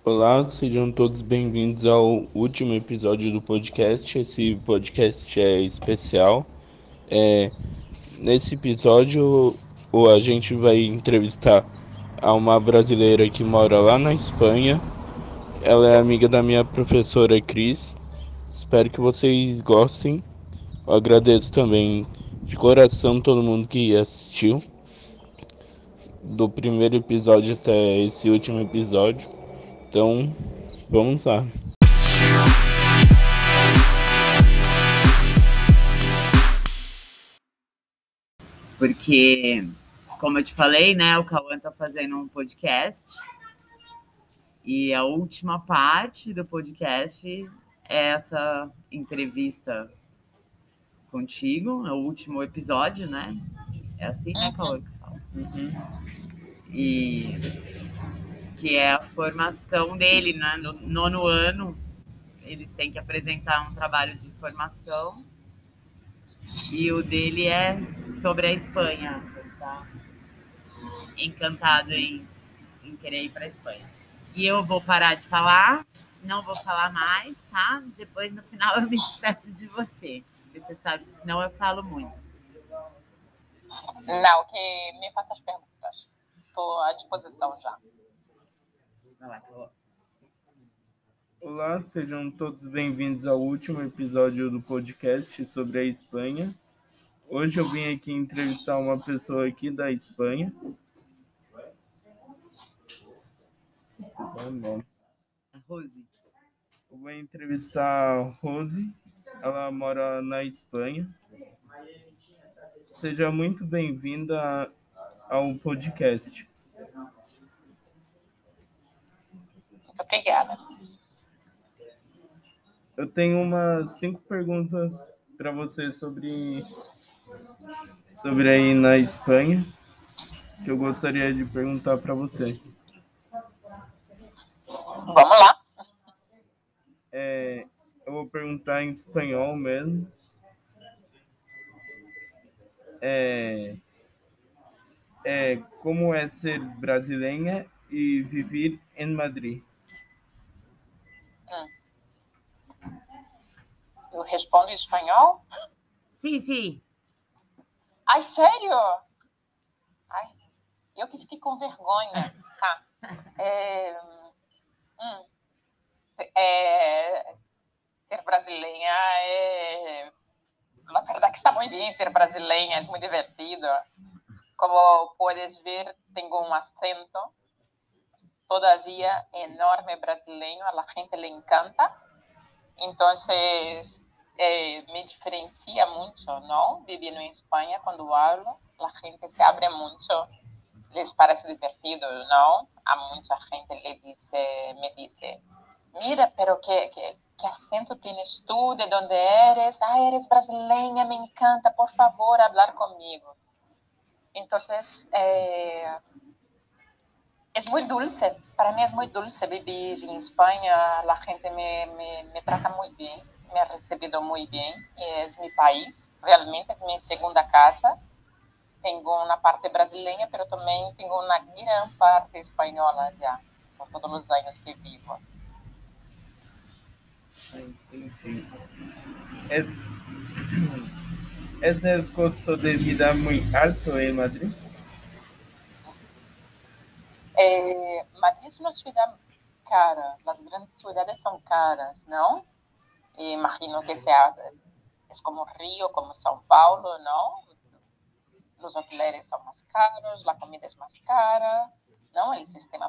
Olá, sejam todos bem-vindos ao último episódio do podcast. Esse podcast é especial. É, Nesse episódio, a gente vai entrevistar a uma brasileira que mora lá na Espanha. Ela é amiga da minha professora Cris. Espero que vocês gostem. Eu agradeço também de coração todo mundo que assistiu, do primeiro episódio até esse último episódio. Então, vamos lá. Porque, como eu te falei, né, o Cauã tá fazendo um podcast e a última parte do podcast é essa entrevista contigo, é o último episódio, né? É assim, né, Cauã, que fala? E que é a formação dele, né? No nono ano, eles têm que apresentar um trabalho de formação e o dele é sobre a Espanha. Ele tá encantado em querer ir para a Espanha. E eu vou parar de falar, não vou falar mais, tá? Depois, no final, eu me despeço de você. Porque você sabe que senão eu falo muito. Não, que me faça as perguntas. Estou à disposição já. Olá, sejam todos bem-vindos ao último episódio do podcast sobre a Espanha. Hoje eu vim aqui entrevistar uma pessoa aqui da Espanha. A Rose. Eu vou entrevistar a Rose, ela mora na Espanha. Seja muito bem-vinda ao podcast. Muito obrigada. Eu tenho umas 5 perguntas para você sobre aí na Espanha, que eu gostaria de perguntar para você. Vamos lá. Eu vou perguntar em espanhol mesmo. Como é ser brasileira e viver em Madrid? Eu respondo em espanhol? Sim, sim. Ai, sério? Ai, eu que fiquei com vergonha. Tá. Ser brasileña la verdad que está muy bien ser brasileña, es muy divertido. Como puedes ver, tengo un acento todavía enorme brasileño, a la gente le encanta. Entonces, me diferencia mucho, ¿no? Viviendo en España, cuando hablo, la gente se abre mucho, les parece divertido, ¿no? A mucha gente me dice, mira, pero ¿qué acento tienes tú? ¿De dónde eres? Ah, eres brasileña, me encanta, por favor, hablar conmigo. Entonces, es muy dulce, para mí es muy dulce vivir en España, la gente me trata muy bien, me ha recibido muy bien, es mi país, realmente es mi segunda casa. Tengo una parte brasileña, pero también tengo una gran parte española ya, por todos los años que vivo. Entendi. ¿Es el costo de vida muy alto en Madrid? Madrid es una ciudad cara, las grandes ciudades son caras, ¿no? Imagino que es como Río, como São Paulo, ¿no? Los alquileres son más caros, la comida es más cara, ¿no? El sistema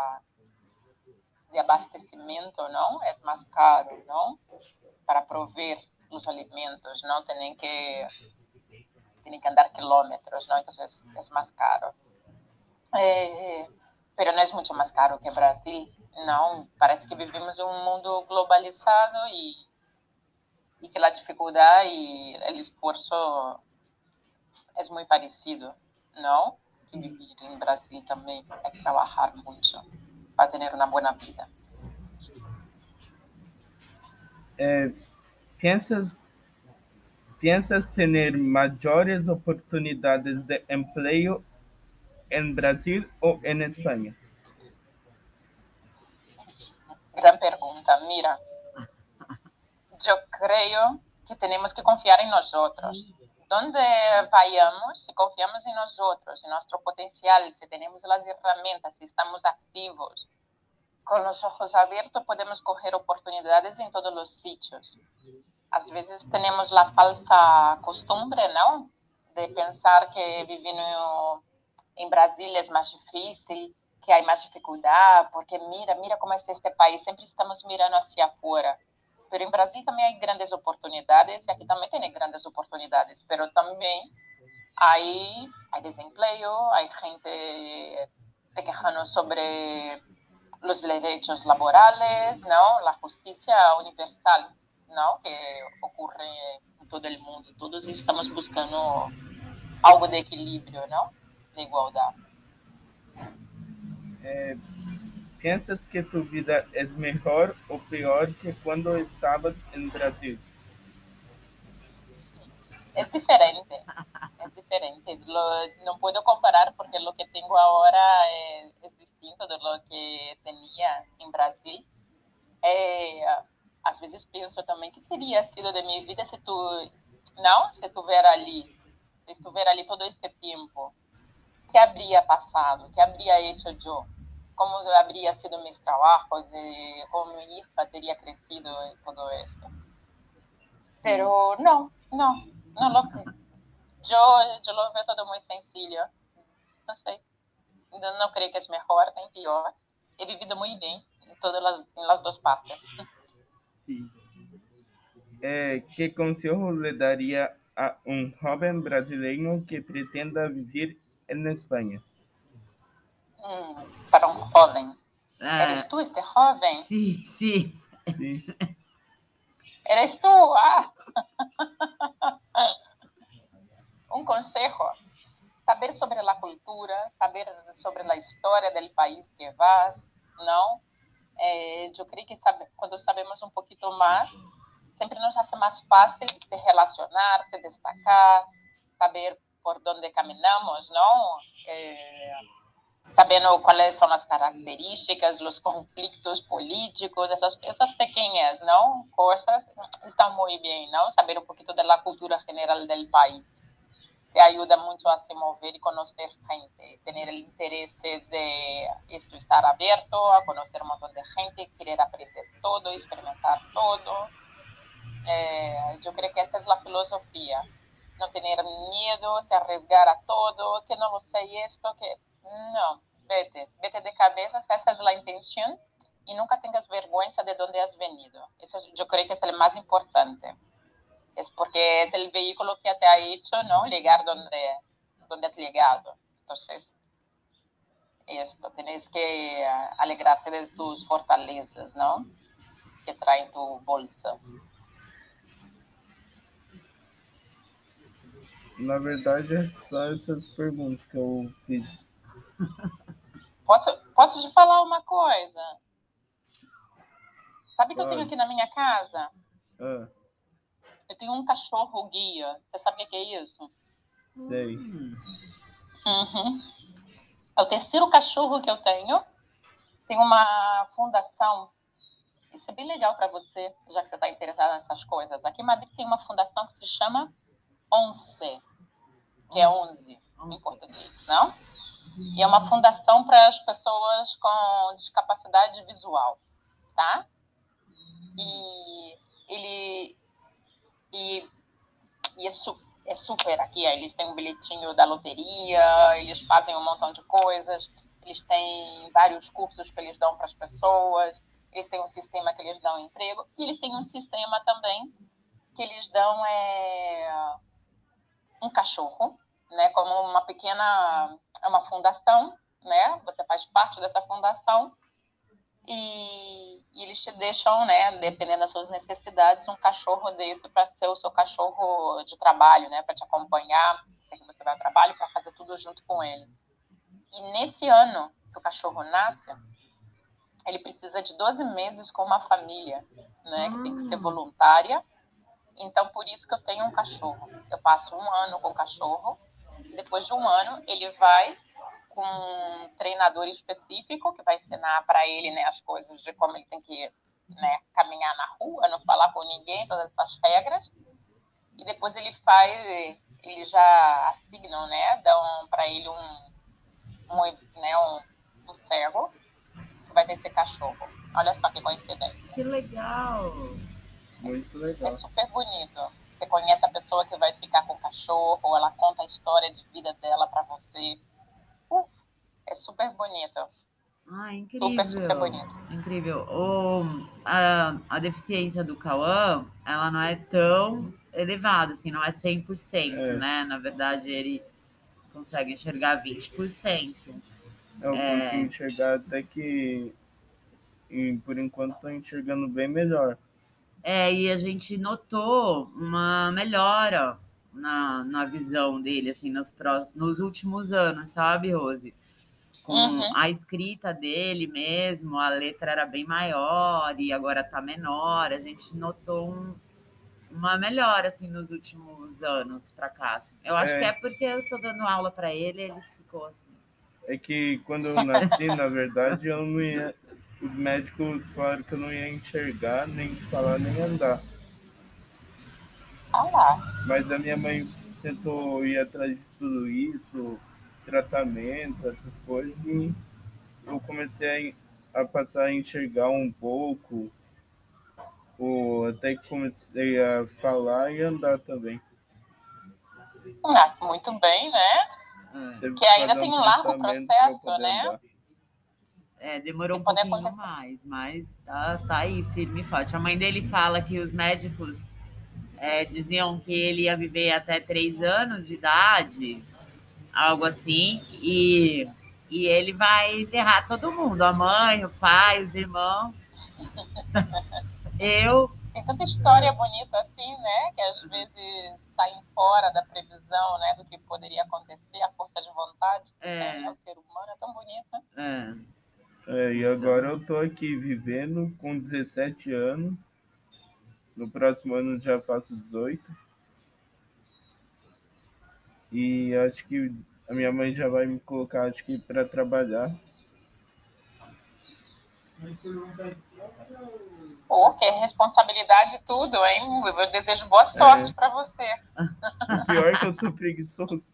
de abastecimiento, ¿no? Es más caro, ¿no? Para proveer los alimentos, ¿no? Tienen que andar kilómetros, ¿no? Entonces es más caro. Pero no es mucho más caro que Brasil, ¿no? Parece que vivimos en un mundo globalizado y que la dificultad y el esfuerzo es muy parecido, ¿no? Que vivir en Brasil también hay que trabajar mucho para tener una buena vida. ¿Piensas tener mayores oportunidades de empleo en Brasil o en España? gran pregunta. Mira, yo creo que tenemos que confiar en nosotros. Donde vayamos, si confiamos en nosotros, en nuestro potencial, si tenemos las herramientas, si estamos activos, con los ojos abiertos podemos coger oportunidades en todos los sitios. A veces tenemos la falsa costumbre, ¿no?, de pensar que viviendo en Brasil es más difícil, que hay más dificultad, porque mira cómo es este país, siempre estamos mirando hacia afuera. Pero en Brasil también hay grandes oportunidades, y aquí también tiene grandes oportunidades, pero también hay desempleo, hay gente se quejando sobre los derechos laborales, ¿no?, la justicia universal, ¿no?, que ocurre en todo el mundo. Todos estamos buscando algo de equilibrio, ¿no?, de igualdad. ¿Piensas que tu vida es mejor o peor que cuando estabas en Brasil? Es diferente, no puedo comparar porque lo que tengo ahora es distinto de lo que tenía en Brasil. Às vezes pienso também que teria sido de minha vida se estuviera ali todo este tempo. ¿Qué habría pasado? ¿Qué habría hecho yo? ¿Cómo habría sido mis trabajos? ¿Cómo mi hija tería crecido y todo esto? Pero no lo creo. Yo lo veo todo muy sencillo. No sé. No creo que es mejor ni peor. He vivido muy bien en las dos partes. Sí. ¿Qué consejo le daría a un joven brasileño que pretenda vivir en España? Para un joven. ¿Eres tú este joven? Sí. Sí. ¿Eres tú? Un consejo. Saber sobre la cultura, saber sobre la historia del país que vas, ¿no? Yo creo que cuando sabemos un poquito más, siempre nos hace más fácil se relacionar, se destacar, saber por dónde caminamos, ¿no? Sabendo cuáles son las características, los conflictos políticos, esas pequeñas, ¿no?, cosas están muy bien, ¿no? Saber un poquito de la cultura general del país. Te ayuda mucho a se mover y conocer gente, tener el interés de estar abierto a conocer un montón de gente, querer aprender todo, experimentar todo. Yo creo que esa es la filosofía. No tener miedo, se arriesgar a todo, que no lo sé esto, que no, vete de cabeza, esa es la intención, y nunca tengas vergüenza de dónde has venido. Eso yo creo que es el más importante. Es porque es el vehículo que te ha hecho, ¿no?, llegar donde has llegado. Entonces, tienes que alegrarte de tus fortalezas, ¿no?, que trae tu bolsa. Na verdade, é só essas perguntas que eu fiz. Posso te falar uma coisa? Sabe que eu tenho Pode. aqui na minha casa? Ah, Eu tenho um cachorro guia. Você sabe o que é isso? sei. Uhum. É o terceiro cachorro que eu tenho. Tem uma fundação. Isso é bem legal para você, já que você está interessada nessas coisas. Aqui em Madrid tem uma fundação que se chama ONCE, que é 11 em português, não? E é uma fundação para as pessoas com discapacidade visual, tá? E é super aqui. Eles têm um bilhetinho da loteria, eles fazem um montão de coisas, eles têm vários cursos que eles dão para as pessoas, eles têm um sistema que eles dão emprego, e eles têm um sistema também que eles dão um cachorro, né, como uma fundação, né? Você faz parte dessa fundação e eles te deixam, né, dependendo das suas necessidades, um cachorro desse para ser o seu cachorro de trabalho, né, para te acompanhar, que você vai ao trabalho, para fazer tudo junto com ele. E nesse ano que o cachorro nasce, ele precisa de 12 meses com uma família, né, que tem que ser voluntária. Então, por isso que eu tenho um cachorro. Eu passo um ano com o cachorro. Depois de um ano, ele vai com um treinador específico que vai ensinar para ele, né, as coisas de como ele tem que, né, caminhar na rua, não falar com ninguém, todas essas regras. E depois eles já assignam, né, dão para ele um cego que vai ter esse cachorro. Olha só que coincidência. Que legal! Muito É legal. super bonito. Você conhece a pessoa que vai ficar com o cachorro, ela conta a história de vida dela para você. É super bonito. Ah, incrível. Super, super bonito. Incrível. A deficiência do Cauã, ela não é tão elevada, assim, não é 100%, né? Na verdade, ele consegue enxergar 20%. Eu consigo enxergar até que, por enquanto, estou enxergando bem melhor. E a gente notou uma melhora na visão dele, assim, nos últimos anos, sabe, Rose? Com a escrita dele mesmo, a letra era bem maior e agora tá menor. A gente notou uma melhora, assim, nos últimos anos pra cá. Assim. Eu acho que é porque eu tô dando aula pra ele, ele ficou assim. É que quando eu nasci, na verdade, eu não ia... Os médicos falaram que eu não ia enxergar, nem falar, nem andar. Mas a minha mãe tentou ir atrás de tudo isso, tratamento, essas coisas, e eu comecei a passar a enxergar um pouco, até que comecei a falar e andar também. Muito bem, né? Que ainda tem um largo processo, né? Demorou um pouquinho mais, mas tá aí, firme e forte. A mãe dele fala que os médicos diziam que ele ia viver até 3 anos de idade, algo assim, e ele vai enterrar todo mundo, a mãe, o pai, os irmãos. Tem tanta história bonita assim, né? Que às vezes saem fora da previsão, né? Do que poderia acontecer, a força de vontade que tem, o ser humano é tão bonito. E agora eu tô aqui vivendo com 17 anos. No próximo ano já faço 18. E acho que a minha mãe já vai me colocar, acho que para trabalhar. Que responsabilidade e tudo, hein? Eu desejo boa sorte para você. O pior é que eu sou preguiçoso.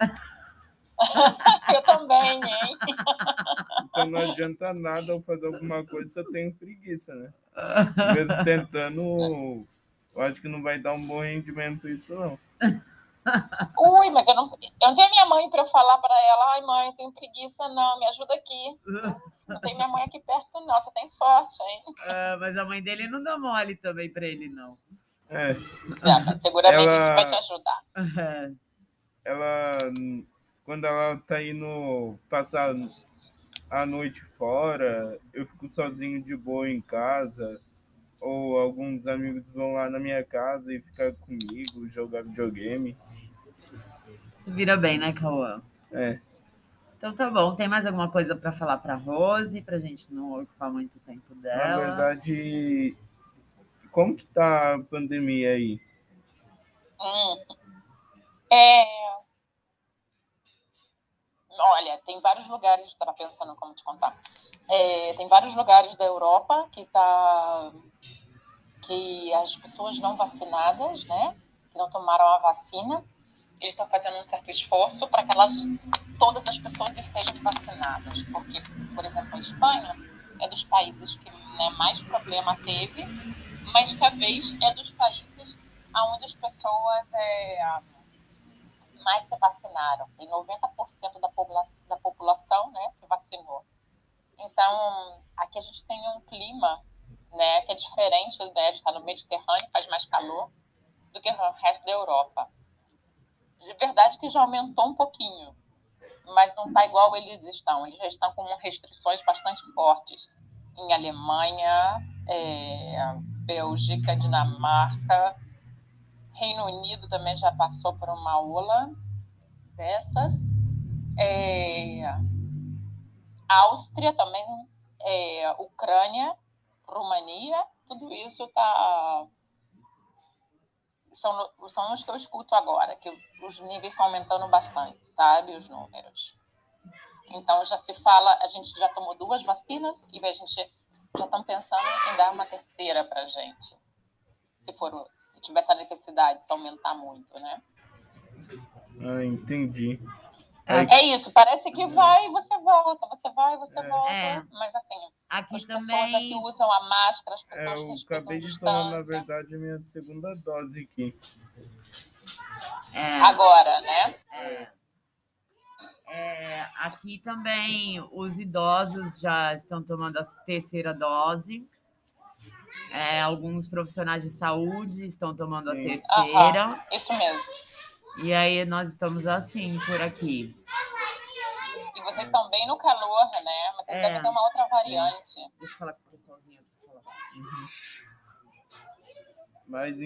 Eu também, hein? Então não adianta nada eu fazer alguma coisa se eu tenho preguiça, né? Mesmo tentando, eu acho que não vai dar um bom rendimento isso, não. Mas eu não tenho minha mãe para eu falar para ela, ai mãe, eu tenho preguiça não, me ajuda aqui. Não tem minha mãe aqui perto não, você tem sorte, hein? Mas a mãe dele não dá mole também para ele, não. Seguramente a gente vai te ajudar. Quando ela tá indo passar a noite fora, eu fico sozinho de boa em casa, ou alguns amigos vão lá na minha casa e ficam comigo, jogar videogame. Se vira bem, né, Cauã? Então tá bom. Tem mais alguma coisa para falar para Rose, pra gente não ocupar muito tempo dela? Na verdade, como que tá a pandemia aí? Olha, tem vários lugares, estava pensando como te contar. Tem vários lugares da Europa que as pessoas não vacinadas, né, que não tomaram a vacina, eles estão fazendo um certo esforço para que todas as pessoas estejam vacinadas, porque, por exemplo, a Espanha é dos países que, né, mais problema teve, mas talvez é dos países onde as pessoas mais se vacinaram. Tem 90% da população, né, se vacinou. Então, aqui a gente tem um clima, né, que é diferente, né, a gente está no Mediterrâneo, faz mais calor do que o resto da Europa. De verdade que já aumentou um pouquinho, mas não está igual eles estão. Eles já estão com restrições bastante fortes em Alemanha, Bélgica, Dinamarca, Reino Unido também já passou por uma ola dessas. Áustria também, Ucrânia, Romania, tudo isso são os que eu escuto agora, que os níveis estão aumentando bastante, sabe, os números. Então já se fala, a gente já tomou 2 vacinas e a gente já estão pensando em dar uma terceira para a gente, se tiver essa necessidade, se aumentar muito, né? Ah, entendi. É isso, parece que vai, você volta, você volta, mas assim, aqui as também... pessoas aqui usam a máscara, as pessoas eu respeitam acabei de distância. tomar, na verdade, a minha segunda dose aqui. Agora, né? Aqui também os idosos já estão tomando a terceira dose. Alguns profissionais de saúde estão tomando a terceira. Isso mesmo. E aí nós estamos assim por aqui. E vocês estão bem no calor, né? Mas vocês devem ter uma outra variante. Deixa eu falar com o pessoalzinho aqui. Mas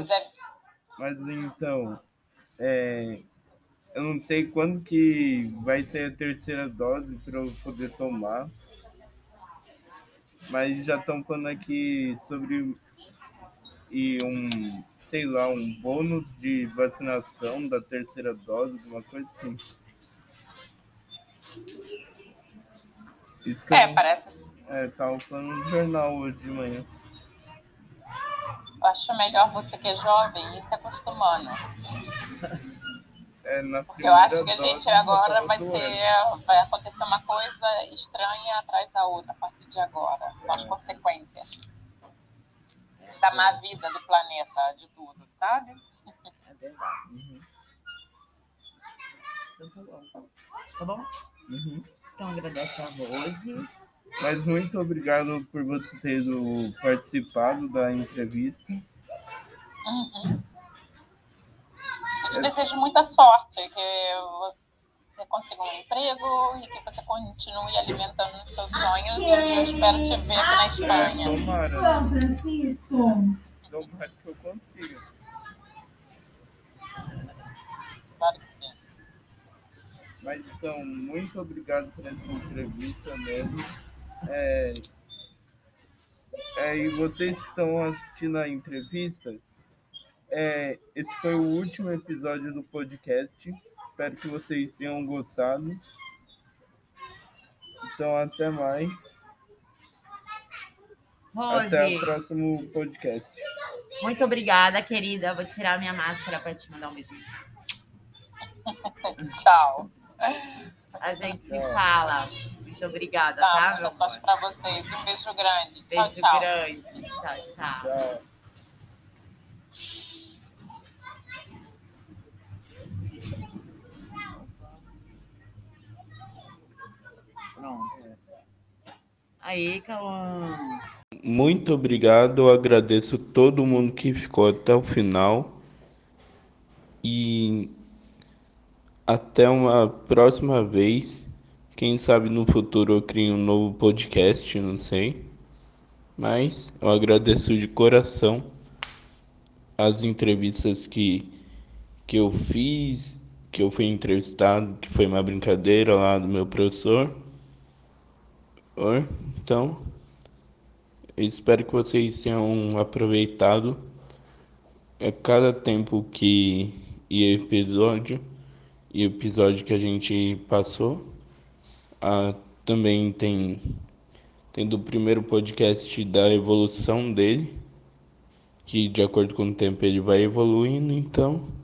então, eu não sei quando que vai ser a terceira dose para eu poder tomar. Mas já estão falando aqui sobre um bônus de vacinação da terceira dose, alguma coisa assim. Isso que parece. Tava falando no jornal hoje de manhã. Eu acho melhor você que é jovem ir se acostumando. Porque eu acho que a gente agora vai acontecer uma coisa estranha atrás da outra a partir de agora. São as consequências da má vida do planeta, de tudo, sabe? É verdade. Então tá bom. Tá bom? Então agradeço a Rose. Mas muito obrigado por você ter participado da entrevista. Eu te desejo muita sorte, que você consiga um emprego e que você continue alimentando os seus sonhos. E eu espero te ver aqui na Espanha. Tomara. Tomara que eu consiga. Claro que sim. Mas então, muito obrigado por essa entrevista mesmo. E vocês que estão assistindo a entrevista, esse foi o último episódio do podcast. Espero que vocês tenham gostado. Então, até mais. Rose, até o próximo podcast. Muito obrigada, querida. Vou tirar minha máscara para te mandar um beijinho. Tchau. A gente se fala. Muito obrigada, tá, meu amor? Para vocês. Um beijo grande. Beijo tchau. grande. Tchau. Pronto. Aí, Cauã. Muito obrigado. Eu agradeço todo mundo que ficou até o final. E até uma próxima vez. Quem sabe no futuro eu crio um novo podcast, não sei. Mas eu agradeço de coração as entrevistas que eu fiz, que eu fui entrevistado, que foi uma brincadeira lá do meu professor. Então, eu espero que vocês tenham aproveitado cada tempo e episódio que a gente passou. Também tem do primeiro podcast da evolução dele, que de acordo com o tempo ele vai evoluindo, então